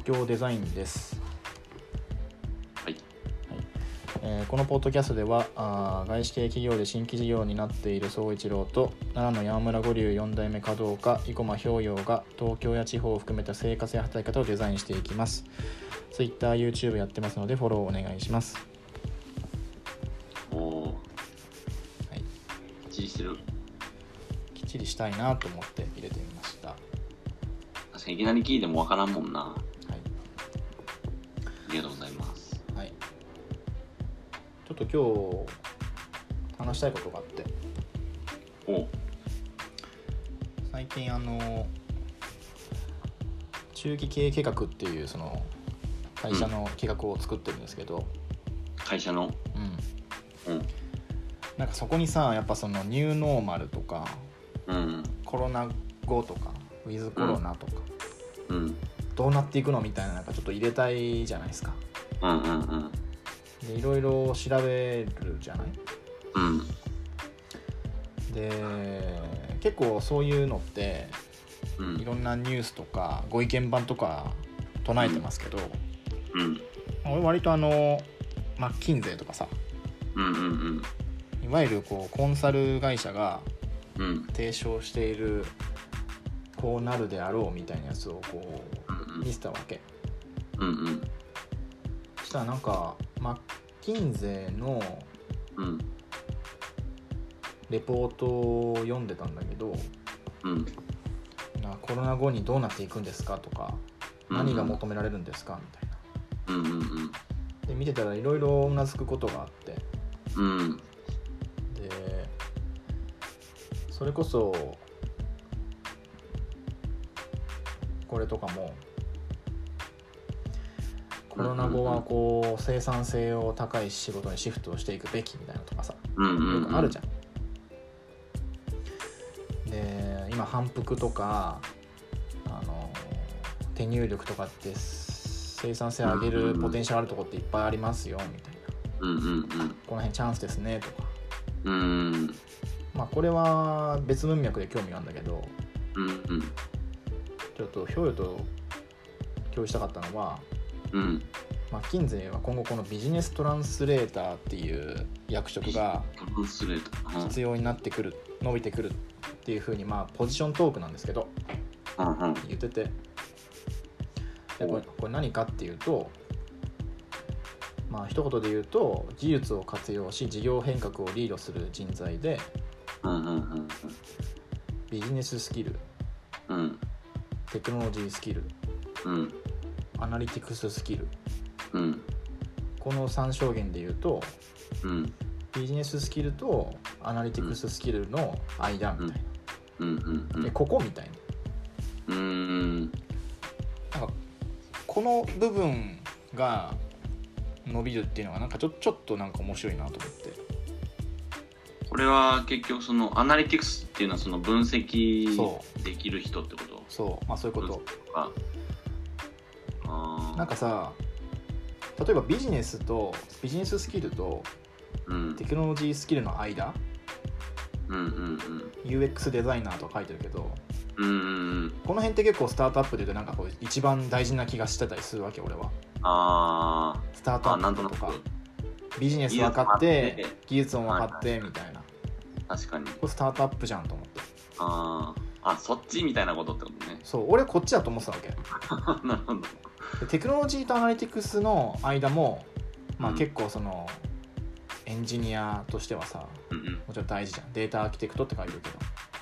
東京デザインです。 はい。 このポッドキャストでは外資系企業で新規事業になっている総一郎と奈良の山村五流4代目華道家生駒氷洋が東京や地方を含めた生活や働き方をデザインしていきます。Twitter、YouTube やってますのでフォローお願いします。 はい。きっちりしてる。 きっちりしたいなと思って入れてみました。 確かにいきなり聞いてもわからんもんな。 はい。 ありがとうございます。 はい。ちょっと今日話したいことがあって。最近中期経営計画っていうその会社の計画を作ってるんですけど、 会社のなんかそこにさ、やっぱそのニューノーマルとか、コロナ後とかウィズコロナとか、どうなっていくのみたいな、なんかちょっと入れたいじゃないですか。でいろいろ調べるじゃない。で結構そういうのって、いろんなニュースとかご意見番とか唱えてますけど、俺割とマッキンゼーとかさ、いわゆるこうコンサル会社が提唱しているこうなるであろうみたいなやつをこう見せたわけ。そしたらなんかマッキンゼーのレポートを読んでたんだけど、コロナ後にどうなっていくんですかとか、何が求められるんですかみたいな、で見てたらいろいろうなずくことがあって、でそれこそこれとかもコロナ後はこう生産性を高い仕事にシフトをしていくべきみたいなとかさ、よくあるじゃん。で今反復とか手入力とかって生産性を上げるポテンシャルあるところっていっぱいありますよみたいな、この辺チャンスですねとか、まあこれは別文脈で興味があるんだけど、ちょっとひょうよと共有したかったのは、マッキンゼーは今後このビジネストランスレーターっていう役職が必要になってくる、伸びてくるっていう風に、まあポジショントークなんですけど、言ってて、でこれ何かっていうと、まあ一言で言うと技術を活用し事業変革をリードする人材で、ビジネススキル、テクノロジースキル、アナリティクススキル、この3証言で言うと、ビジネススキルとアナリティクススキルの間みたいな、でここみたいな、なんかこの部分が伸びるっていうのがなんかちょっとなんか面白いなと思って。 これは結局そのアナリティクスっていうのはその分析できる人ってこと？ そう、まあそういうこと。なんかさ、例えばビジネススキルとテクノロジースキルの間、UX デザイナーとか書いてるけど、この辺って結構スタートアップで言うとなんかこう一番大事な気がしてたりするわけ、俺は。スタートアップとかビジネス分かって技術も分かってみたいな、 確かにこれスタートアップじゃんと思って。 そっちみたいなことってことね。 そう、俺こっちだと思ってたわけ。 なるほど。 テクノロジーとアナリティクスの間も、まあ結構そのエンジニアとしてはさ、もちろん大事じゃん。データアーキテクトって書いてるけど、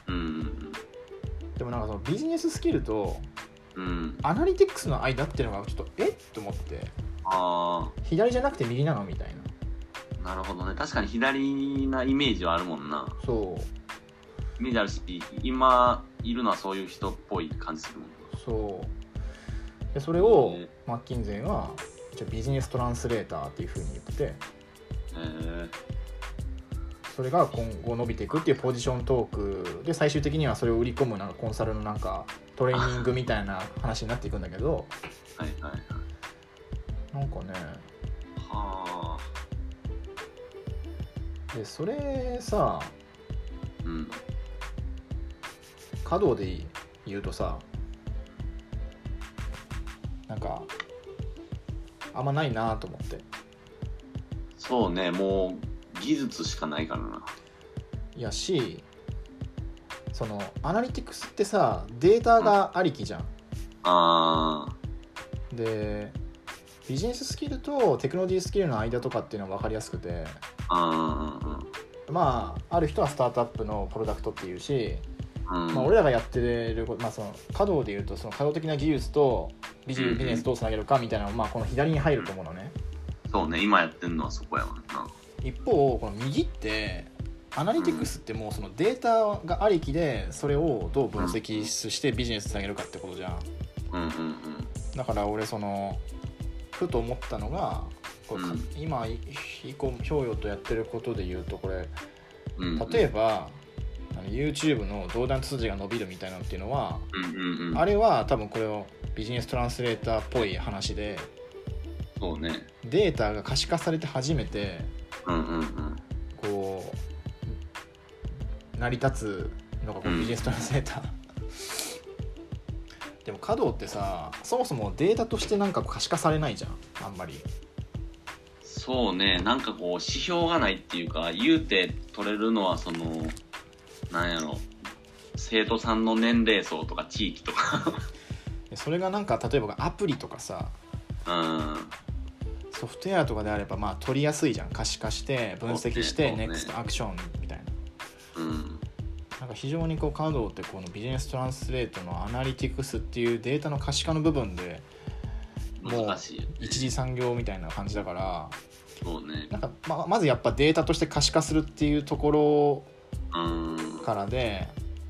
でもなんかそのビジネススキルとアナリティクスの間っていうのがちょっとと思って、左じゃなくて右なのみたいな。なるほどね。確かに左なイメージはあるもんな。 そうイメージあるし、今いるのはそういう人っぽい感じするもん。 そうで、それをマッキンゼーはビジネストランスレーターっていう風に言ってて、それが今後伸びていくっていうポジショントークで、最終的にはそれを売り込むなんかコンサルのなんかトレーニングみたいな話になっていくんだけど、なんかね、でそれさ、稼働で言うとさ、 なんかあんまないなと思って。 そうね、もう技術しかないからな。 いやし、そのアナリティクスってさ、データがありきじゃん。 あでビジネススキルとテクノロジースキルの間とかっていうのは分かりやすくて、まあある人はスタートアップのプロダクトっていうし、まあ、俺らがやってる、まあ、その稼働でいうとその稼働的な技術とビジネスどうつなげるかみたいなのが、まあ、この左に入ると思うのね。 そうね、今やってるのはそこやもんな。 一方この右ってアナリティクスってもうそのデータがありきでそれをどう分析してビジネスつなげるかってことじゃん。だから俺そのふと思ったのがこれ、今ひょうよとやってることで言うとこれ、例えばYouTube の動画通じが伸びるみたいなのっていうのは、あれは多分これをビジネストランスレーターっぽい話で、 そうね、 データが可視化されて初めて、こう成り立つのがこのビジネストランスレーター、でも稼働ってさ、そもそもデータとしてなんか可視化されないじゃん、あんまり。 そうね、なんかこう指標がないっていうか、言うて取れるのはそのなんやろ、生徒さんの年齢層とか地域とかそれがなんか例えばアプリとかさ、ソフトウェアとかであればまあ取りやすいじゃん、可視化して分析してネクストアクションみたいな、なんか非常にこう稼働ってこのビジネストランスレートのアナリティクスっていうデータの可視化の部分でもう一次産業みたいな感じだから、 そうね、 なんか まずやっぱデータとして可視化するっていうところからで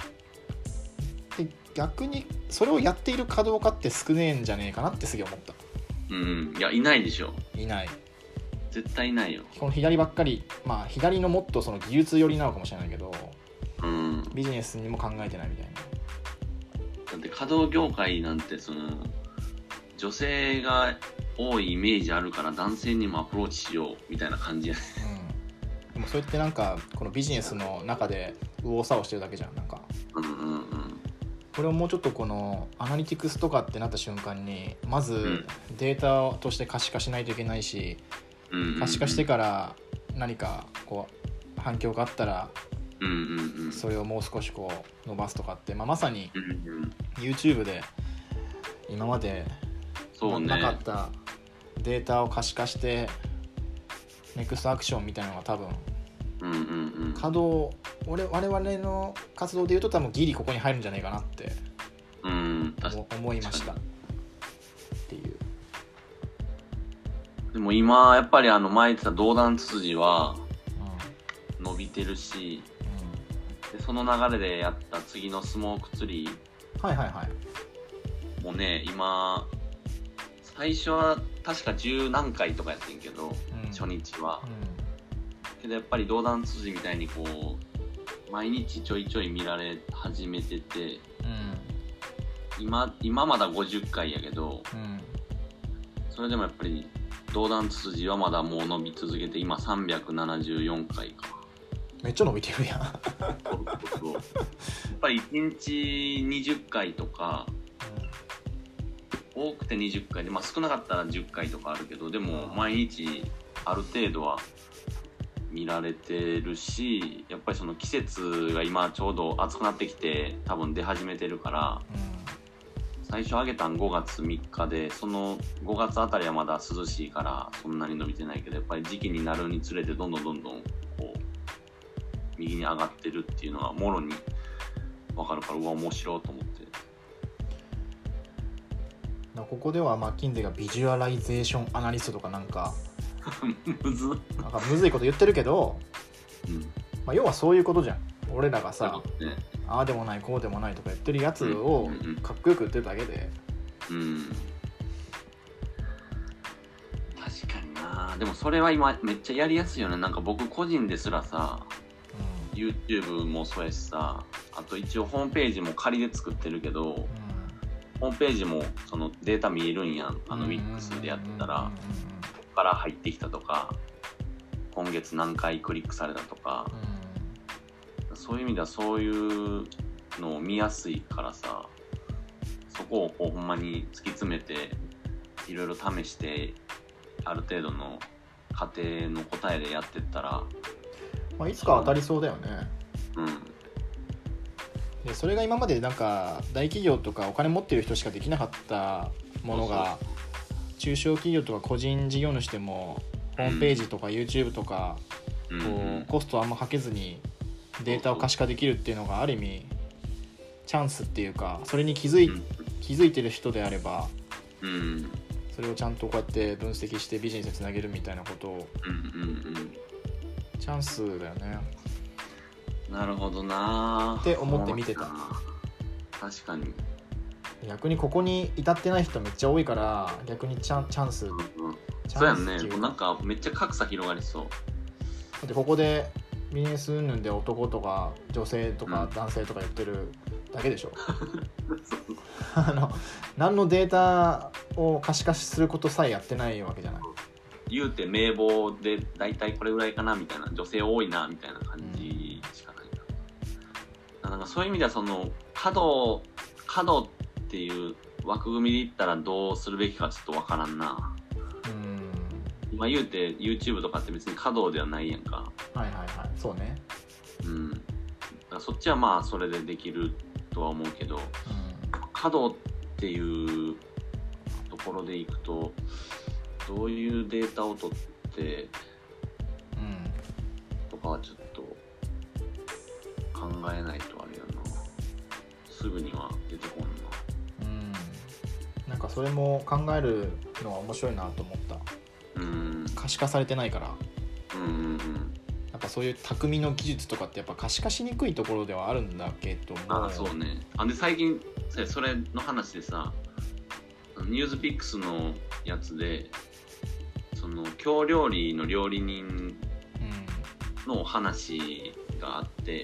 逆にそれをやっている稼働家って少ねえんじゃねえかなってすげえ思った。 いやいないでしょ。 いない、 絶対いないよ。 この左ばっかり、まあ左のもっとその技術寄りなのかもしれないけど、ビジネスにも考えてないみたいな。 だって稼働業界なんてその女性が多いイメージあるから男性にもアプローチしようみたいな感じやね。 でもそれってなんかこのビジネスの中で右往左往してるだけじゃん。なんかこれをもうちょっとこのアナリティクスとかってなった瞬間にまずデータとして可視化しないといけないし、可視化してから何かこう反響があったらそれをもう少しこう伸ばすとかって、まさに YouTube で今までなかったデータを可視化してネクストアクションみたいなのが多分稼働、我々の活動でいうと多分ギリここに入るんじゃないかなって思いましたっていう。 でも今やっぱり前言ってた動弾ツツジは伸びてるし、でその流れでやった次のスモークツリーもね、今最初は確か10何回とかやってんけど、初日は、けどやっぱり動弾ツツジみたいにこう毎日ちょいちょい見られ始めてて、今まだ50回やけど、それでもやっぱり動弾ツツジはまだもう伸び続けて今374回か。 めっちゃ伸びてるやん。 そうやっぱり1日20回とか、多くて20回で、少なかったら10回とかあるけど、でも毎日ある程度は見られてるし、やっぱりその季節が今ちょうど暑くなってきて多分出始めてるから、最初上げたん5月3日で、その5月あたりはまだ涼しいからそんなに伸びてないけど、やっぱり時期になるにつれてどんどんこう右に上がってるっていうのがもろに分かるから、面白いと思って。 ここではマッキンゼがビジュアライゼーションアナリストとかなんかむずいこと言ってるけど、要はそういうことじゃん。俺らがさ、ああでもないこうでもないとか言ってるやつをかっこよく言ってるだけで、 確かにな。でもそれは今めっちゃやりやすいよね。なんか僕個人ですらさ、YouTube もそうやしさ、あと一応ホームページも仮で作ってるけど、ホームページもそのデータ見えるんやん。Wix でやったら、ここから入ってきたとか、今月何回クリックされたとか、そういう意味ではそういうのを見やすいからさ、そこをこうほんまに突き詰めていろいろ試してある程度の過程の答えでやってったら、 まあ、いつか当たりそうだよね。 うん。 でそれが今までなんか大企業とかお金持ってる人しかできなかったものが、中小企業とか個人事業主でもホームページとか YouTube とかこうコストあんまかけずにデータを可視化できるっていうのがある意味チャンスっていうか、それに気づいてる人であれば、それをちゃんとこうやって分析してビジネスにつなげるみたいなことを、チャンスだよね。 なるほどなって思って見てた。 確かに。 逆にここに至ってない人めっちゃ多いから、逆にチャンス、 そうやんね。なんかめっちゃ格差広がりそう。 だってここでビジネス云々で男とか女性とか男性とか言ってるだけでしょ。何のデータを可視化することさえやってないわけじゃない。 言うて名簿で大体これぐらいかなみたいな、女性多いなみたいな感じしかないな。なんかそういう意味ではその角っていう枠組みで言ったらどうするべきかちょっとわからんな。今言うて YouTube とかって別に角ではないやんか。 そうね。 だからそっちはまあそれでできるとは思うけど、角っていうところでいくとどういうデータを取ってとかはちょっと考えないとあれやな。すぐには出てこんな。 なんかそれも考えるのは面白いなと思った。可視化されてないから。やっぱそういう匠の技術とかってやっぱ可視化しにくいところではあるんだけども。 そうね。で最近それの話でさ、ニュースピックスのやつでその京料理の料理人の話があって、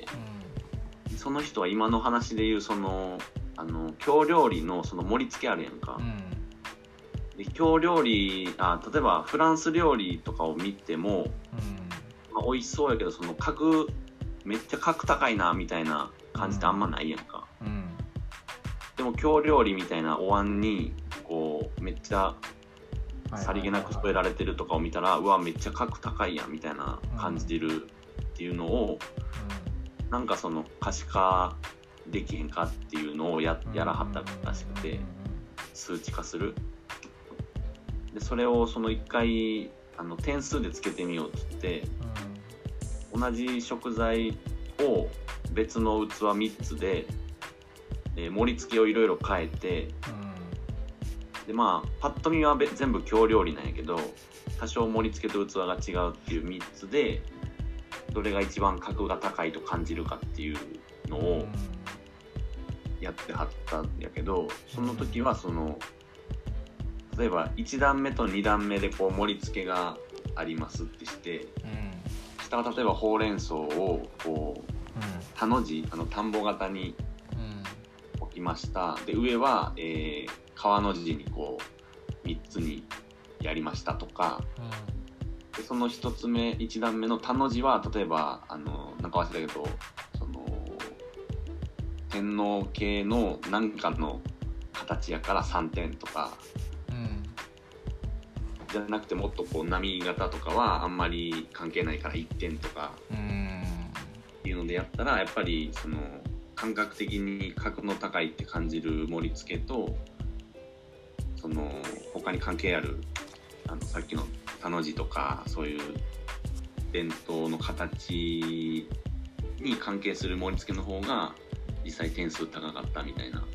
その人は今の話でいうその京料理のその盛り付けあるやんか。で京料理例えばフランス料理とかを見ても、美味しそうやけどそのめっちゃ格高いなみたいな感じってあんまないやんか。でも京料理みたいなお椀にこうめっちゃさりげなく添えられてるとかを見たら、うわめっちゃ格高いやんみたいな感じてるっていうのを、なんかその可視化できへんかっていうのをやらはったらしくて、数値化する。でそれをその1回点数でつけてみようって言って、同じ食材を別の器3つで、盛り付けをいろいろ変えて、でまあパッと見は全部京料理なんやけど、多少盛り付けと器が違うっていう3つでどれが一番格が高いと感じるかっていうのをやってはったんやけど、その時はその例えば1段目と2段目でこう盛り付けがありますってして、下は例えばほうれん草をこう田の字田んぼ型に置きました。で上は、川の字にこう3つにやりましたとか、でその1段目の田の字は例えばなんか忘れたけどその天皇系の何かの形やから3点とか、じゃなくてもっとこう波型とかはあんまり関係ないから1点とかっていうのでやったら、やっぱりその感覚的に格の高いって感じる盛り付けと、その他に関係あるさっきの田の字とかそういう伝統の形に関係する盛り付けの方が実際点数高かったみたいな、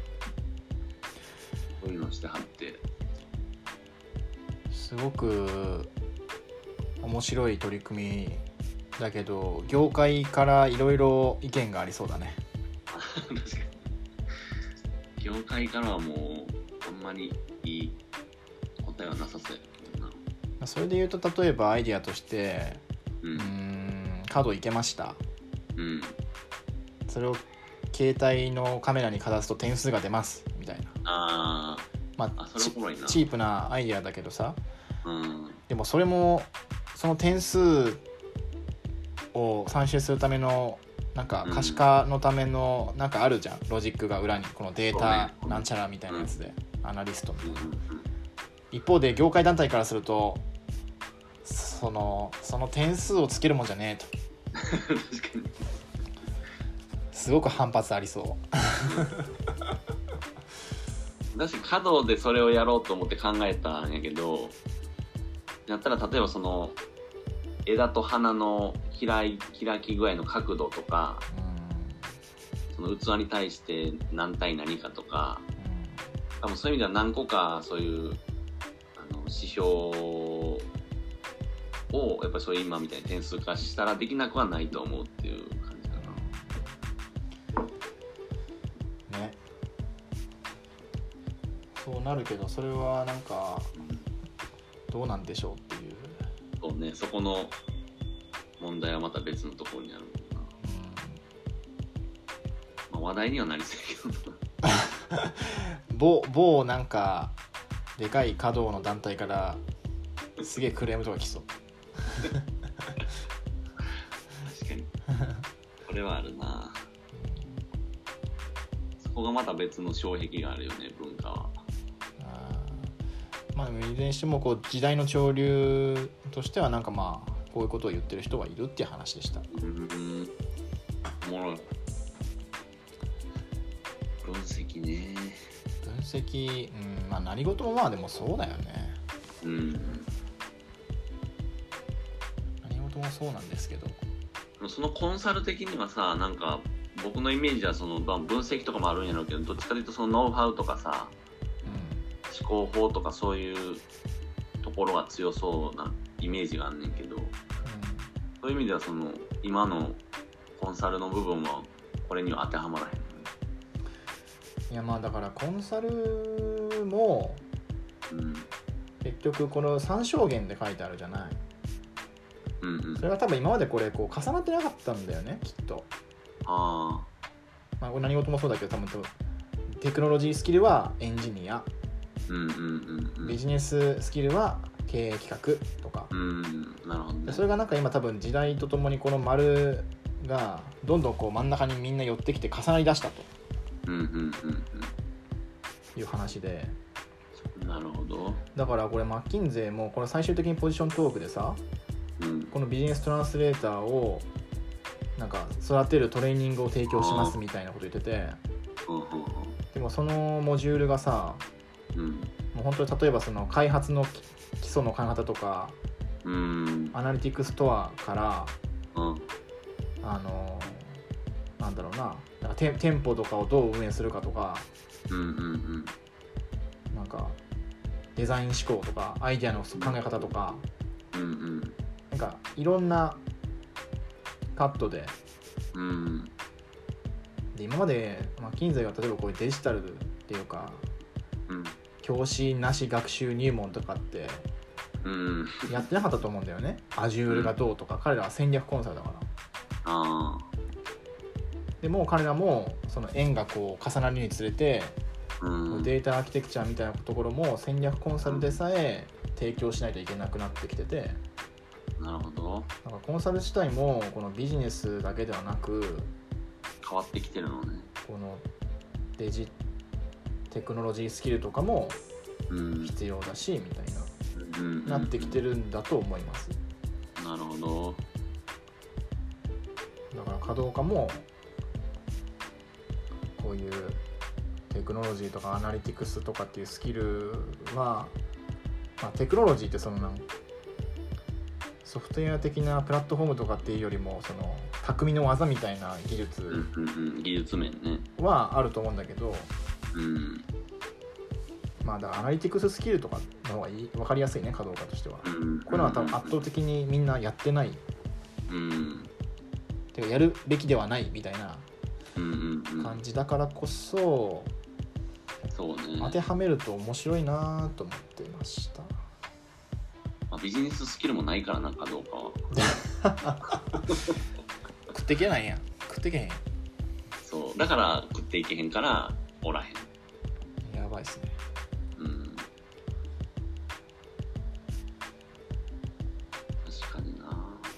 そういうのをしてはって、 すごく面白い取り組みだけど、業界からいろいろ意見がありそうだね。 確かに業界からはもうあんまりいい答えはなさそうやけどな。 それで言うと例えばアイディアとして、カードいけました、それを携帯のカメラにかざすと点数が出ますみたいな。 それおもろいな。 チープなアイディアだけどさ、でもそれもその点数を算出するためのなんか可視化のためのなんかあるじゃん、ロジックが裏にこのデータなんちゃらみたいなやつで、アナリストみたいな。 一方で業界団体からするとその点数をつけるもんじゃねえと確かにすごく反発ありそうだし華道でそれをやろうと思って考えたんやけど、やったら例えばその枝と花の開き具合の角度とか、その器に対して何対何かとか、多分そういう意味では何個かそういう指標をやっぱりそういう今みたいに点数化したらできなくはないと思うっていう感じかな。ね。そうなるけどそれはなんかどうなんでしょうっていう。 そうね、そこの問題はまた別のところにあるもんな。まあ、話題にはなりそうやけど某なんかでかい華道の団体からすげえクレームとか来そう確かにこれはあるな。そこがまた別の障壁があるよね、文化は。 まあでもいずれにしてもこう時代の潮流としてはなんかまあこういうことを言ってる人はいるっていう話でした。 おもろい。分析ね。 分析、まあ何事もまあでもそうだよね。何事もそうなんですけど。 そのコンサル的にはさ、なんか僕のイメージはその分析とかもあるんやろうけど、どっちかというとそのノウハウとかさ、思考法とかそういうところが強そうなイメージがあんねんけど、そういう意味ではその今のコンサルの部分はこれには当てはまらへん。 いやまあだからコンサルも、結局この3証言で書いてあるじゃない、それが多分今までこれこう重なってなかったんだよねきっと。まあこれ何事もそうだけど多分テクノロジースキルはエンジニア、ビジネススキルは経営企画とか、 なるほどね。 それがなんか今多分時代とともにこの丸がどんどんこう真ん中にみんな寄ってきて重なりだしたという話で、 なるほど。 だからこれマッキンゼーもこれ最終的にポジショントークでさ、このビジネストランスレーターをなんか育てるトレーニングを提供しますみたいなこと言ってて、でもそのモジュールがさ、もう本当に例えばその開発の基礎の考え方とか、アナリティクスストアから、なんだろうな、なんか店舗とかをどう運営するかとか、なんかデザイン思考とかアイデアの考え方とか、なんかいろんなカットで、で今までマッキンゼーが例えばこういうデジタルっていうか、教師なし学習入門とかってやってなかったと思うんだよね。Azure がどうとか、彼らは戦略コンサルだから。でも彼らもその円がこう重なるにつれて、データアーキテクチャみたいなところも戦略コンサルでさえ提供しないといけなくなってきてて、 なるほど。 なんかコンサル自体もこのビジネスだけではなく変わってきてるのね。 このテクノロジースキルとかも必要だし、みたいな、なってきてるんだと思います。 なるほど。 だから稼働家もこういうテクノロジーとかアナリティクスとかっていうスキルは、まあ、テクノロジーってそのソフトウェア的なプラットフォームとかっていうよりもその匠の技みたいな技術技術面ねはあると思うんだけど、まあだからアナリティクススキルとかの方が分かりやすいね、稼働家としては。これは多分圧倒的にみんなやってない、てかやるべきではないみたいな感じだからこそ、 そうね、 当てはめると面白いなと思ってました。 まあ、ビジネススキルもないからなんかどうかは食っていけないやん、食っていけへんやん。 そうだから食っていけへんからおらへん。 やばいっすね。 確かにな。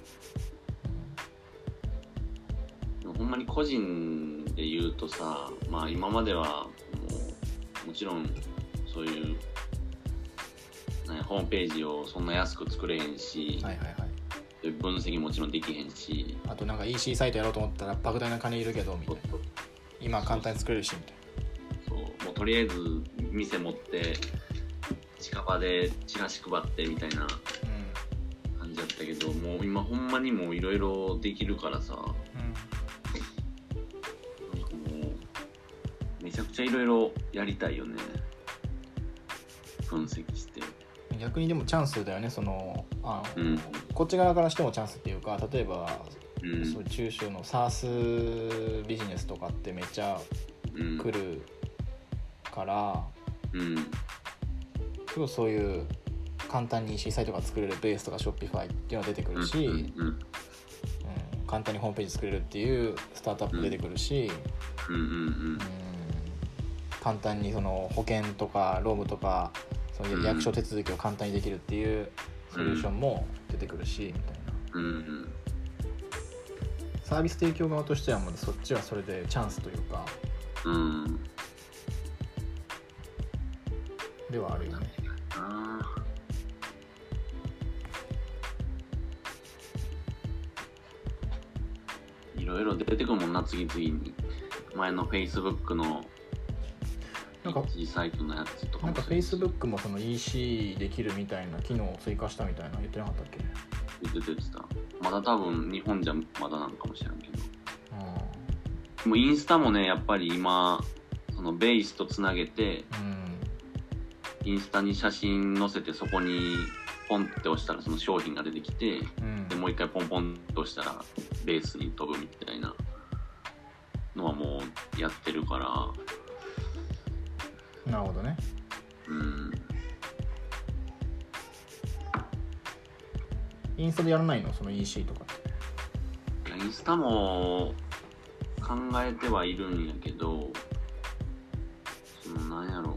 ほんまに個人で言うとさ、まあ今まではもちろんそういうホームページをそんな安く作れへんし、はいはいはい、分析もちろんできへんし、 あとなんか EC サイトやろうと思ったら莫大な金いるけどみたいな、今簡単に作れるしみたいな、そうもうとりあえず店持って近場でチラシ配ってみたいな感じだったけど、もう今ほんまにもういろいろできるからさ、なんかもうめちゃくちゃいろいろやりたいよね、分析して。 逆にでもチャンスだよね、そのこっち側からしてもチャンスっていうか、例えば、そういう中小の SaaS ビジネスとかってめっちゃ来るから、すごいそういう簡単に EC サイトが作れるベースとか Shopify っていうのが出てくるし、簡単にホームページ作れるっていうスタートアップ出てくるし、簡単にその保険とか労務とかそういう役所手続きを簡単にできるっていうソリューションも出てくるし、みたいな、サービス提供側としてはまだそっちはそれでチャンスというか、ではあるよね。 いろいろ出てくるもんな、次々に。前の Facebook のなんか EC サイトのやつとか、 なんか Facebook もその EC できるみたいな機能を追加したみたいな言ってなかったっけ？ 言ってた。まだ多分日本じゃまだなんかもしれんけど。もうインスタもね、やっぱり今そのベースとつなげて、インスタに写真載せてそこにポンって押したらその商品が出てきて、でもう一回ポンポンと押したらベースに飛ぶみたいなのはもうやってるから。 なるほどね。インスタでやらないの？その EC とかって。 インスタも考えてはいるんやけど、そのなんやろ、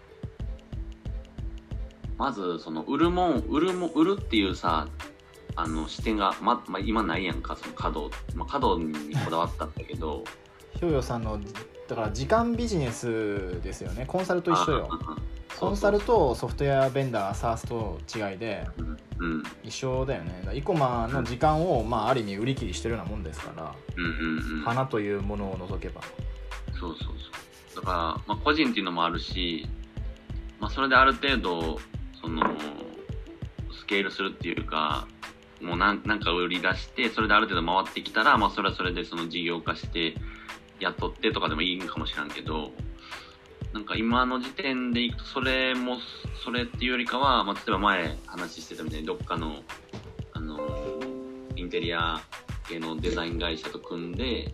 まずその売るっていうさ、視点が今ないやんか、その稼働にこだわったんだけどひょうよさんのだから時間ビジネスですよね。コンサルと一緒よ。コンサルとソフトウェアベンダー SaaS と違いで、一緒だよね。イコマの時間を、ある意味売り切りしてるようなもんですから、花というものを除けば。 そうだから、個人っていうのもあるし、それである程度そのスケールするっていうか、もうなんか売り出して、それである程度回ってきたら、それはそれでその事業化して雇ってとかでもいいんかもしれんけど、なんか今の時点でいくとそれっていうよりかは、例えば前話してたみたいにどっかのインテリア系のデザイン会社と組んで、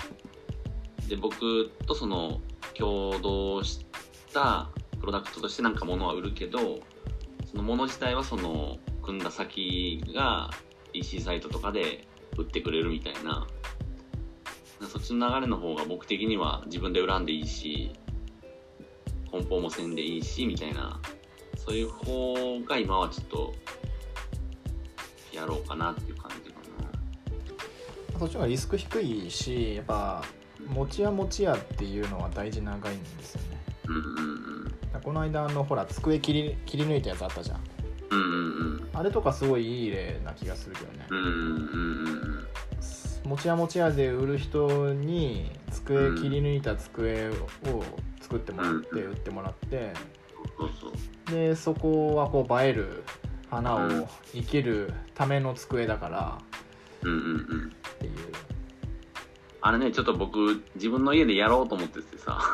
僕とその共同したプロダクトとしてなんか物は売るけど、その物自体はその組んだ先が EC サイトとかで売ってくれるみたいな、そっちの流れの方が僕的には自分で売らんでいいし、梱包もせんでいいしみたいな、そういう方が今はちょっとやろうかなっていう感じかな。そっちがリスク低いし、やっぱ持ち屋っていうのは大事な概念ですよね。この間ほら机切り抜いたやつあったじゃん。あれとかすごいいい例な気がするけどね。持ち屋で売る人に机切り抜いた机を作ってもらって売ってもらって、でそこはこう映える花を生けるための机だからっていう。 あれね、ちょっと僕自分の家でやろうと思っててさ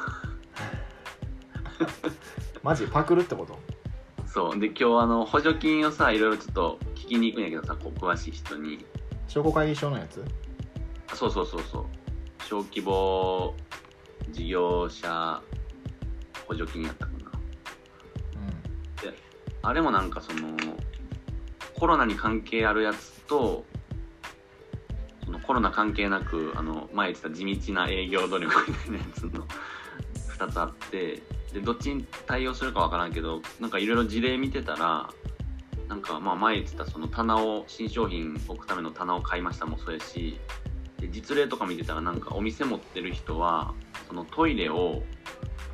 マジパクるってこと？ そうで、今日補助金をさいろいろちょっと聞きに行くんやけどさ、詳しい人に。 商工会議所のやつ？ そう小規模事業者補助金やったかな。であれもなんかそのコロナに関係あるやつと、そのコロナ関係なく前言ってた地道な営業努力みたいなやつの2つあって、でどっちに対応するかわからんけど、なんかいろいろ事例見てたら、なんか前言ってたその新商品置くための棚を買いましたもそうやし、で実例とか見てたらなんかお店持ってる人はそのトイレを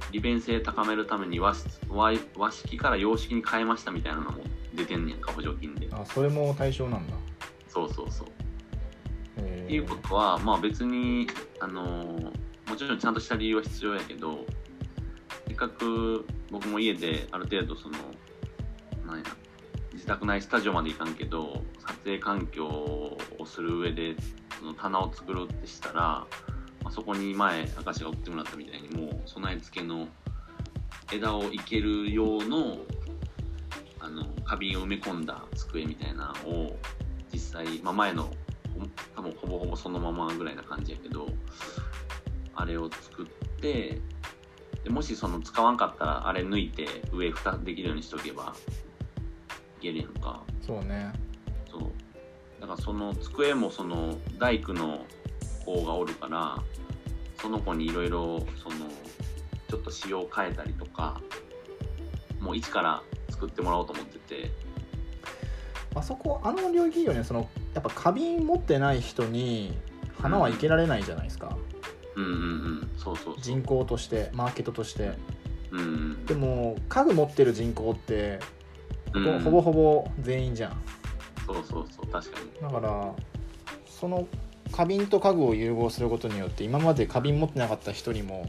利便性高めるために和式から洋式に変えましたみたいなのも出てんねやんか、補助金で。 あ、それも対象なんだ。 そうそうそう。っていうことは、まあ別にもちろんちゃんとした理由は必要やけど、せっかく僕も家である程度そのなんや自宅内スタジオまで行かんけど撮影環境をする上でその棚を作るってしたら、まあ、そこに前明石が送ってもらったみたいにもう備え付けの枝を生ける用の花瓶を埋め込んだ机みたいなのを実際、まあ、前の多分ほぼほぼそのままぐらいな感じやけど、あれを作ってでもしその使わんかったらあれ抜いて上蓋できるようにしとけばいけるやんか。 そうね。 そうだからその机もその大工の子がおるからその子にいろいろそのちょっと仕様を変えたりとかもう一から作ってもらおうと思ってて、 あそこ領域よね。そのやっぱ花瓶持ってない人に花は生けられないじゃないですか、 そう人口としてマーケットとして、 でも家具持ってる人口ってほぼほぼ全員じゃん。 そう確かに。 だからその花瓶と家具を融合することによって今まで花瓶持ってなかった人にも、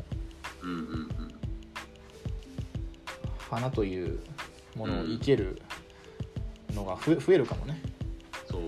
花というものを生けるのが増えるかもね。 そう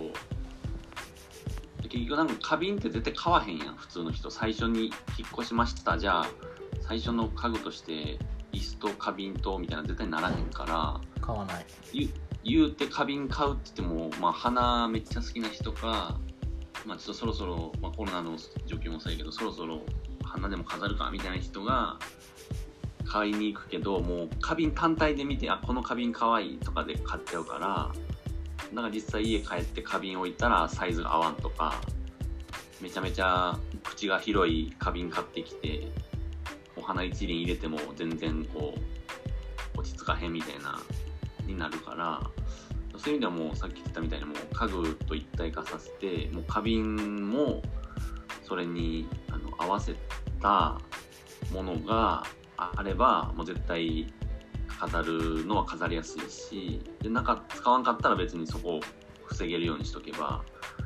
結局なんか花瓶って絶対買わへんやん普通の人。最初に引っ越しました、じゃあ最初の家具として椅子と花瓶とみたいな絶対ならへんから買わない。 言うて花瓶買うって言っても、まあ、花めっちゃ好きな人か、まあ、ちょっとそろそろ、まあ、コロナの状況もそうやけどそろそろ花でも飾るかみたいな人が買いに行くけど、もう花瓶単体で見てこの花瓶かわいいとかで買っちゃうから、だから実際家帰って花瓶置いたらサイズが合わんとか、めちゃめちゃ口が広い花瓶買ってきてお花一輪入れても全然こう落ち着かへんみたいなになるから、そういう意味ではもうさっき言ったみたいにもう家具と一体化させて、もう花瓶もそれに合わせたものがあればもう絶対飾るのは飾りやすいし、で使わんかったら別にそこを防げるようにしとけば、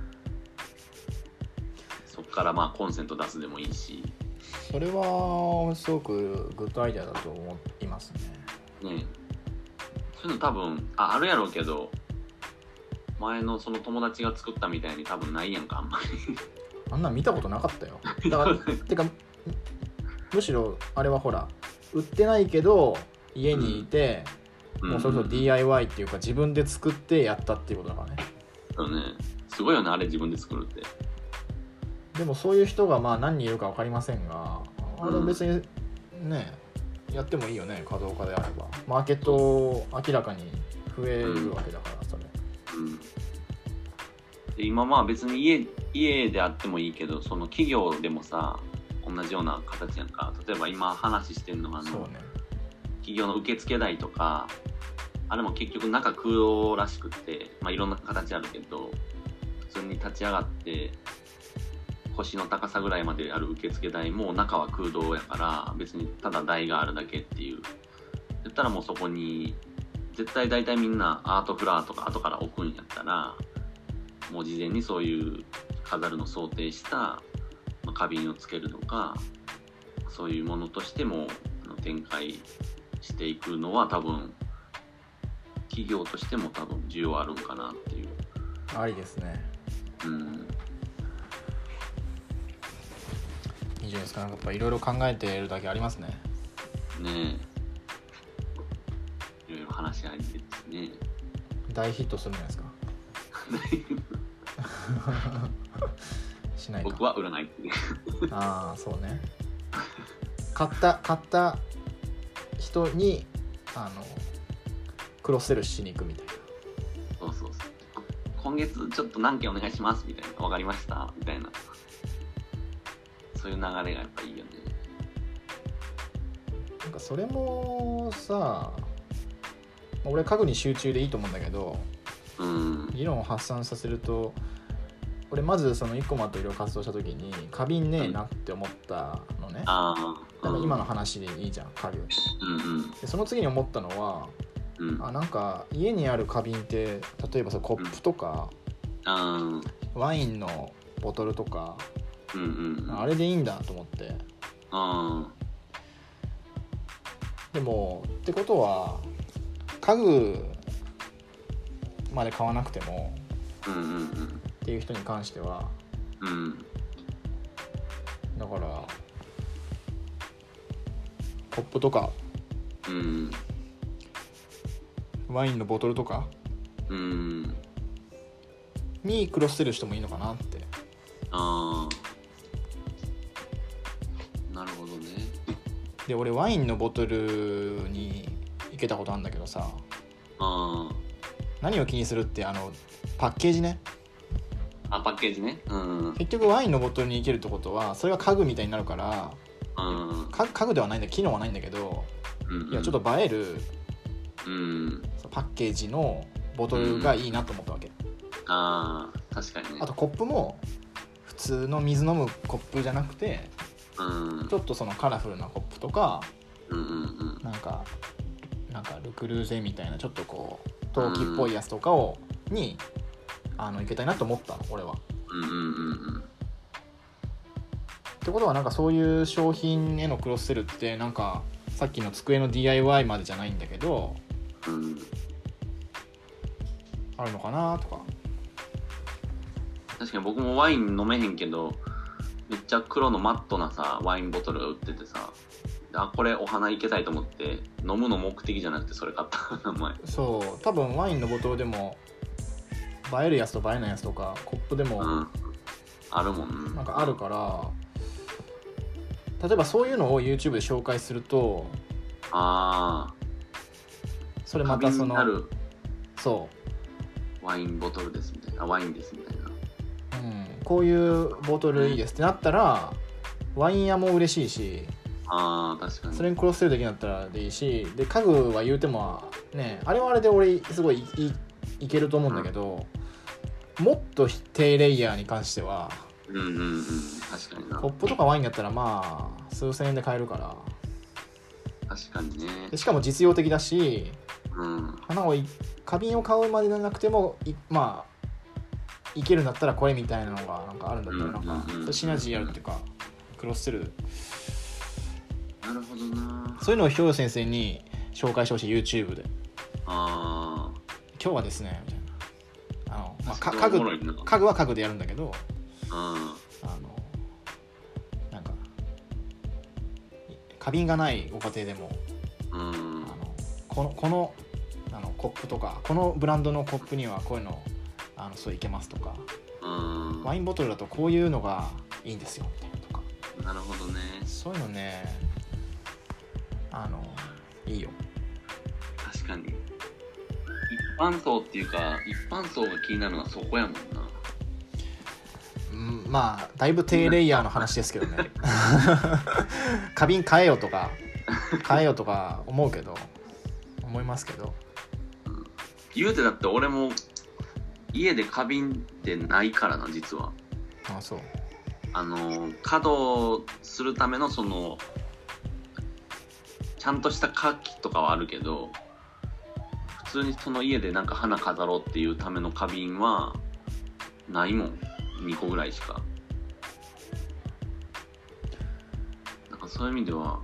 そっからまあコンセント出すでもいいし。 それはすごくグッドアイデアだと思いますね。 ね、そういうの多分あるやろうけど、前のその友達が作ったみたいに多分ないやんか、あんまり。 あんなん見たことなかったよ。だからてかむしろあれはほら売ってないけど家にいて、もうそれこそ DIY っていうか自分で作ってやったっていうことだからね。 そうね、すごいよねあれ自分で作るって。 でもそういう人がまあ何人いるか分かりませんが、あれ別にね、やってもいいよね、稼働家であれば。マーケット明らかに増えるわけだから、それ。 で今まあ別に家であってもいいけど、その企業でもさ同じような形やんか。例えば今話してんのがそうね、企業の受付台とか、あれも結局中空洞らしくって、まあいろんな形あるけど、普通に立ち上がって腰の高さぐらいまである受付台も中は空洞やから別にただ台があるだけっていう。言ったらもうそこに絶対大体みんなアートフラワーとか後から置くんやったら、もう事前にそういう飾るの想定した花瓶をつけるとか、そういうものとしても展開していくのは多分企業としても多分需要あるんかなっていう。 ありですね。いいじゃないですか。なんかやっぱいろいろ考えてるだけありますね。 ねえ、いろいろ話し合いですね。 大ヒットするんじゃないですか。しないか。 僕は売らないっていう。 ああ、そうね。買った人にクロスセルしに行くみたいな。 そう今月ちょっと何件お願いしますみたいな。わかりましたみたいな。そういう流れがやっぱいいよね。 なんかそれもさ、俺家具に集中でいいと思うんだけど、議論を発散させると、俺まずそのイコマといろいろ活動した時に花瓶ねえなって思ったのね。 今の話でいいじゃん家具、でその次に思ったのは、なんか家にある花瓶って例えばコップとか、ワインのボトルとか、あれでいいんだと思って、でもってことは家具まで買わなくても、っていう人に関しては、だからコップとか、ワインのボトルとか、にクロスせる人もいいのかなって。 なるほどね。 で俺ワインのボトルに行けたことあるんだけどさ、何を気にするってパッケージね。 パッケージね。 結局ワインのボトルに行けるってことはそれが家具みたいになるから、家具ではないんだ、機能はないんだけど、いやちょっと映える、パッケージのボトルがいいなと思ったわけ。 確かにね。 あとコップも普通の水飲むコップじゃなくて、ちょっとそのカラフルなコップとか、なんかルクルーゼみたいなちょっとこう陶器っぽいやつとかにいけたいなと思ったの俺は。ってことはなんかそういう商品へのクロスセルってなんかさっきの机の DIY までじゃないんだけど、あるのかなとか。 確かに僕もワイン飲めへんけどめっちゃ黒のマットなさワインボトルが売っててさ、これお花いけたいと思って飲むの目的じゃなくてそれ買った前。 そう多分ワインのボトルでも映えるやつと映えないやつとかコップでも、 あるもんね。 なんかあるから、例えばそういうのを YouTube で紹介すると、それまたそのそうワインボトルですみたいな、ワインですみたいな、 こういうボトルいいですってなったら、ワイン屋も嬉しいし、 確かにそれにクロスセルできるんだったらでいいし、で家具は言うてもね、あれはあれで俺すごいいけると思うんだけど、もっと低レイヤーに関しては、 確かにな。 コップとかワインだったらまあ数千円で買えるから、 確かにね。 でしかも実用的だし、花瓶を買うまでじゃなくてもまあいけるんだったらこれみたいなのがなんかあるんだったら、なんかシナジーやるっていうかクロスセル。 なるほどな。 そういうのをひょう先生に紹介してほしい YouTube で。 今日はですねみたいな、家具は家具でやるんだけど、なんか花瓶がないご家庭でも、このコップとかこのブランドのコップにはこういうのそういけますとか、ワインボトルだとこういうのがいいんですよみたいなとか。 なるほどね。 そういうのね、いいよ。 確かに一般層っていうか一般層が気になるのはそこやもんな。 まあだいぶ低レイヤーの話ですけどね花瓶買えよとか思いますけど、 言うてだって俺も家で花瓶ってないからな、実は。 そう。 稼働するためのそのちゃんとした花器とかはあるけど、普通にその家でなんか花飾ろうっていうための花瓶はないもん。2個ぐらいしか。なんかそういう意味では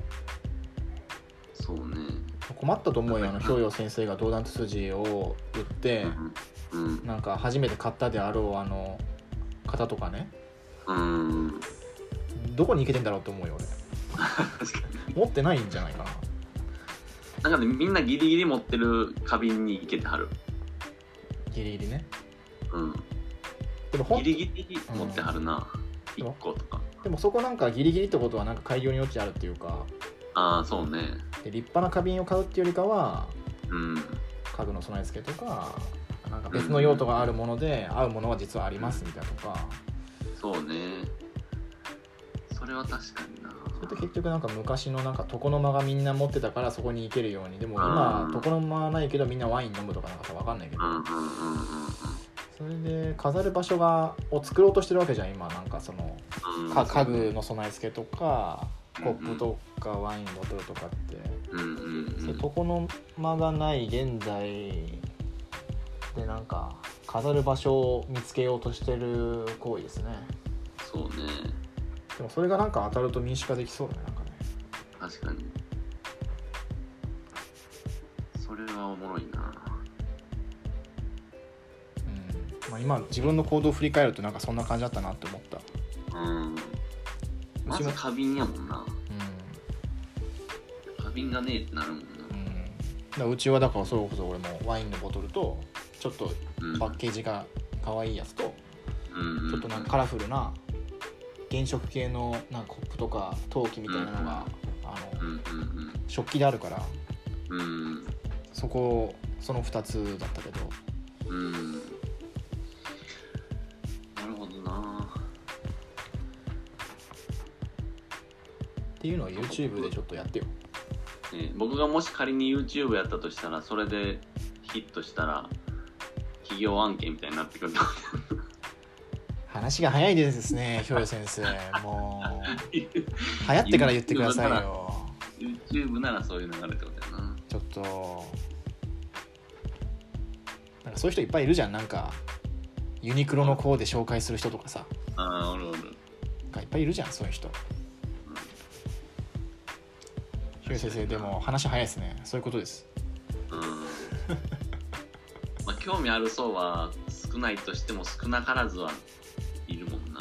そうね、 困ったと思うよ。ひょうよう先生がドーダント筋を売って、なんか初めて買ったであろう方とかね、どこに行けてんだろうと思うよ俺確かに持ってないんじゃないかな。 なんかね、みんなギリギリ持ってる花瓶に行けてはる。 ギリギリね。 でもギリギリ持ってはるな、1個とか。 でもそこなんかギリギリってことはなんか改良に余地あるっていうか。 そうね。 で立派な花瓶を買うっていうよりかは、家具の備え付けとか、なんか別の用途があるもので、合うものは実はありますみたいなとか。 そうね。それは確かにな。 それって結局なんか昔のなんか床の間がみんな持ってたからそこに行けるように。でも今床の間はないけどみんなワイン飲むとかなんかさ分かんないけど、それで飾る場所を作ろうとしてるわけじゃん今。なんかその、家具の備え付けとかコップとかワインボトルとかって、それ床の間がない現在でなんか飾る場所を見つけようとしてる行為ですね。 そうね。 でもそれがなんか当たると民主化できそうだね、なんかね。 確かに。それはおもろいな。 まあ、今自分の行動を振り返るとなんかそんな感じだったなって思った。 まず花瓶やもんな。花瓶がねえってなるもんな。 うちはだからそれこそ俺もワインのボトルとちょっとパッケージが可愛いやつと、ちょっとなんかカラフルな原色系のなんかコップとか陶器みたいなのが、食器であるから、その2つだったけど、 なるほどなっていうのを YouTube でちょっとやってよ。 僕がもし仮に YouTube やったとしたら、それでヒットしたら企業案件みたいになってくると話が早いですね、ひょうよ先生。もう流行ってから言ってくださいよ。 YouTube ならそういう流れってことやな。 ちょっとなんかそういう人いっぱいいるじゃん。なんかユニクロのコーデ紹介する人とかさ、 おるおる。 なんかいっぱいいるじゃん、そういう人。ひょうよ先生、でも話早いですね。そういうことです。 まあ興味ある層は少ないとしても少なからずはいるもんな。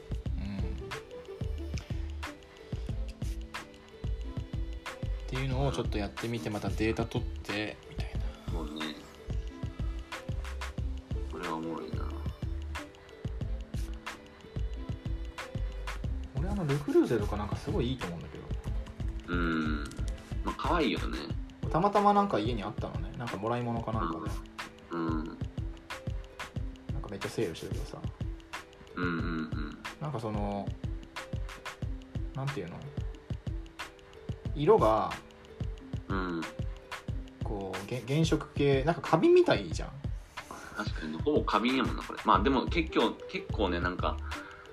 っていうのをちょっとやってみて、またデータ取ってみたいな。 そうね。これはおもろいな。 俺ルクルーゼとかなんかすごいいいと思うんだけど。 まあ可愛いよね。 たまたまなんか家にあったのね。なんかもらい物かなんかで。なんかめっちゃセールしてるけどさ。なんかそのなんていうの、色がこう原色系、なんか花瓶みたいじゃん。 確かにほぼ花瓶やもんなこれ。まあでも結構ね、なんか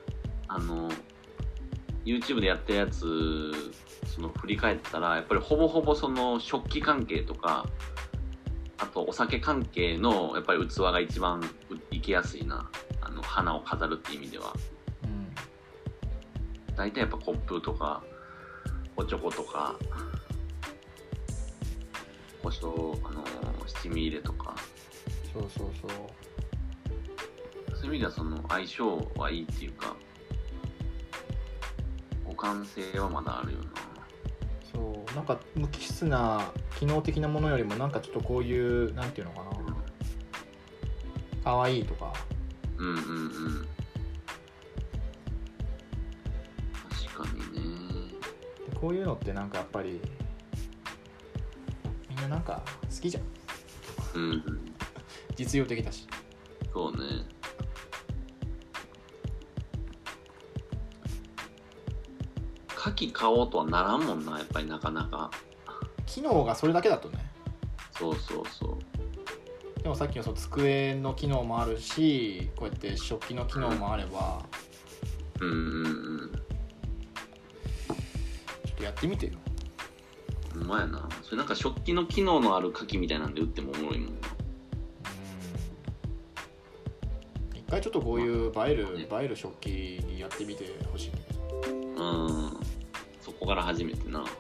YouTube でやってるやつその振り返ったら、やっぱりほぼほぼその食器関係とか、あとお酒関係のやっぱり器が一番いけやすいな。花を飾るっていう意味では。大体やっぱコップとかおちょことか胡椒七味入れとか、 そういう意味ではその相性はいいっていうか、互換性はまだあるよな。 そうなんか無機質な機能的なものよりもなんかちょっとこういうなんていうのかな、可愛いとか、 確かにね。 こういうのってなんかやっぱりみんななんか好きじゃん。実用的だし。 そうね。牡蠣買おうとはならんもんな、やっぱりなかなか。 機能がそれだけだとね。 そう。 でもさっきのその机の機能もあるし、こうやって食器の機能もあれば、ちょっとやってみてよ。 うまいな。それなんか食器の機能のある牡蠣みたいなんで売ってもおもろいもんな。 一回ちょっとこういう映える食器にやってみてほしいんだけど。 そこから初めてな。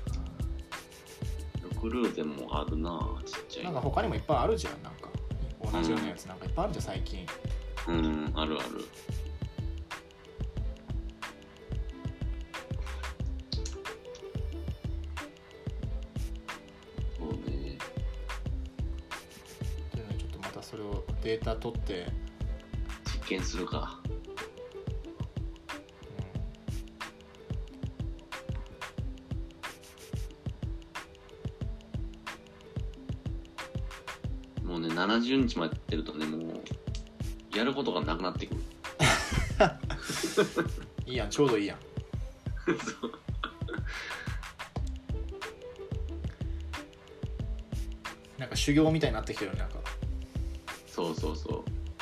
ルクルーゼもあるな、ちっちゃい。 なんか他にもいっぱいあるじゃん。なんか同じようなやつなんかいっぱいあるじゃん最近。 ある。そうね。 というのでちょっとまたそれをデータ取って実験するか。もうね、70日もやってるとね、もうやることがなくなってくる。 いいやん、ちょうどいいやん。なんか修行みたいになってきてるね。なんかそう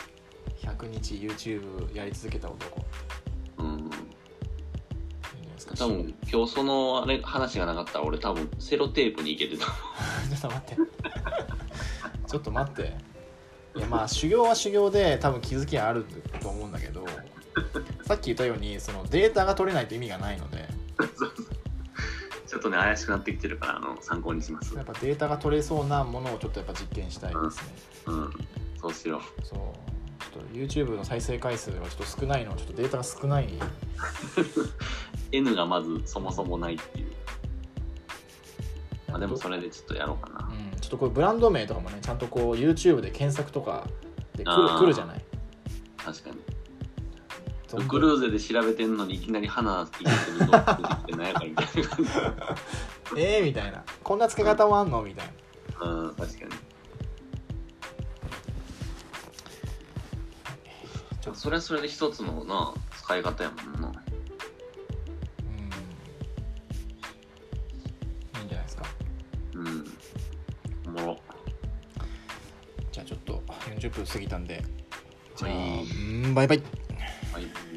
100日 YouTube やり続けた男。いいんじゃないですか。 多分今日そのあれ話がなかったら俺多分セロテープにいけてた。 ちょっと待ってちょっと待って、いやまあ修行は修行で多分気づきはあると思うんだけどさっき言ったようにそのデータが取れないと意味がないのでちょっとね怪しくなってきてるから参考にします。 やっぱデータが取れそうなものをちょっとやっぱ実験したいですね。 そうしろ。 そうちょっと YouTube の再生回数がちょっと少ないの、ちょっとデータが少ない N がまずそもそもないっていう。でもそれでちょっとやろうかな。 ちょっとこうブランド名とかもねちゃんとこう YouTube で検索とかで来るじゃない。 確かに。ルクルーゼで調べてんのにいきなり花入れてるの出てきて何やかみたいなみたいな、こんな付け方もあんのみたいな。確かに。それはそれで一つのな使い方やもんな。 いいんじゃないですか。 おもろ。 じゃあちょっと40分過ぎたんで、 はい、 バイバイ。 はい。